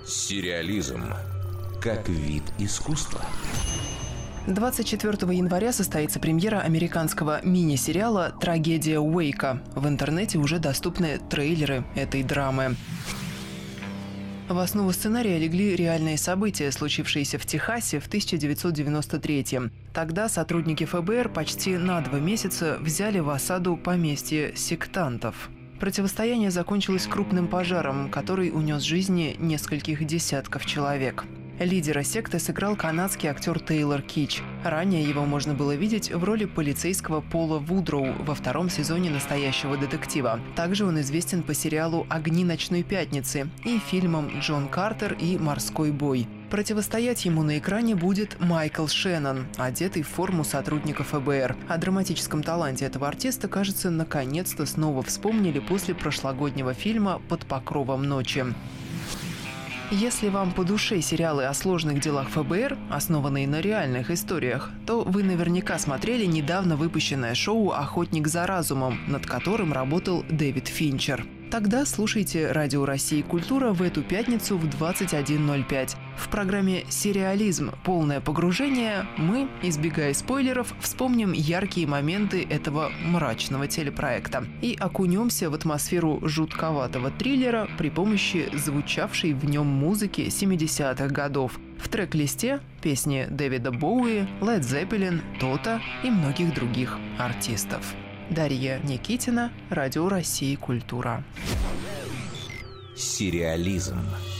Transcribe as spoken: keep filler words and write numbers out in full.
Сериализм как вид искусства. двадцать четвёртого января состоится премьера американского мини-сериала «Трагедия Уэйка». В интернете уже доступны трейлеры этой драмы. В основу сценария легли реальные события, случившиеся в Техасе в тысяча девятьсот девяносто третьем. Тогда сотрудники эф бэ эр почти на два месяца взяли в осаду поместье сектантов. Противостояние закончилось крупным пожаром, который унес жизни нескольких десятков человек. Лидера секты сыграл канадский актер Тейлор Кич. Ранее его можно было видеть в роли полицейского Пола Вудроу во втором сезоне «Настоящего детектива». Также он известен по сериалу «Огни ночной пятницы» и фильмам «Джон Картер» и «Морской бой». Противостоять ему на экране будет Майкл Шеннон, одетый в форму сотрудников эф бэ эр. О драматическом таланте этого артиста, кажется, наконец-то снова вспомнили после прошлогоднего фильма «Под покровом ночи». Если вам по душе сериалы о сложных делах эф бэ эр, основанные на реальных историях, то вы наверняка смотрели недавно выпущенное шоу «Охотник за разумом», над которым работал Дэвид Финчер. Тогда слушайте Радио России «Культура» в эту пятницу в двадцать один ноль пять. В программе «Сериализм. Полное погружение» мы, избегая спойлеров, вспомним яркие моменты этого мрачного телепроекта и окунемся в атмосферу жутковатого триллера при помощи звучавшей в нем музыки семидесятых годов. В трек-листе песни Дэвида Боуи, Лед Зеппелин, Тота и многих других артистов. Дарья Никитина, Радио России «Культура». Сериализм.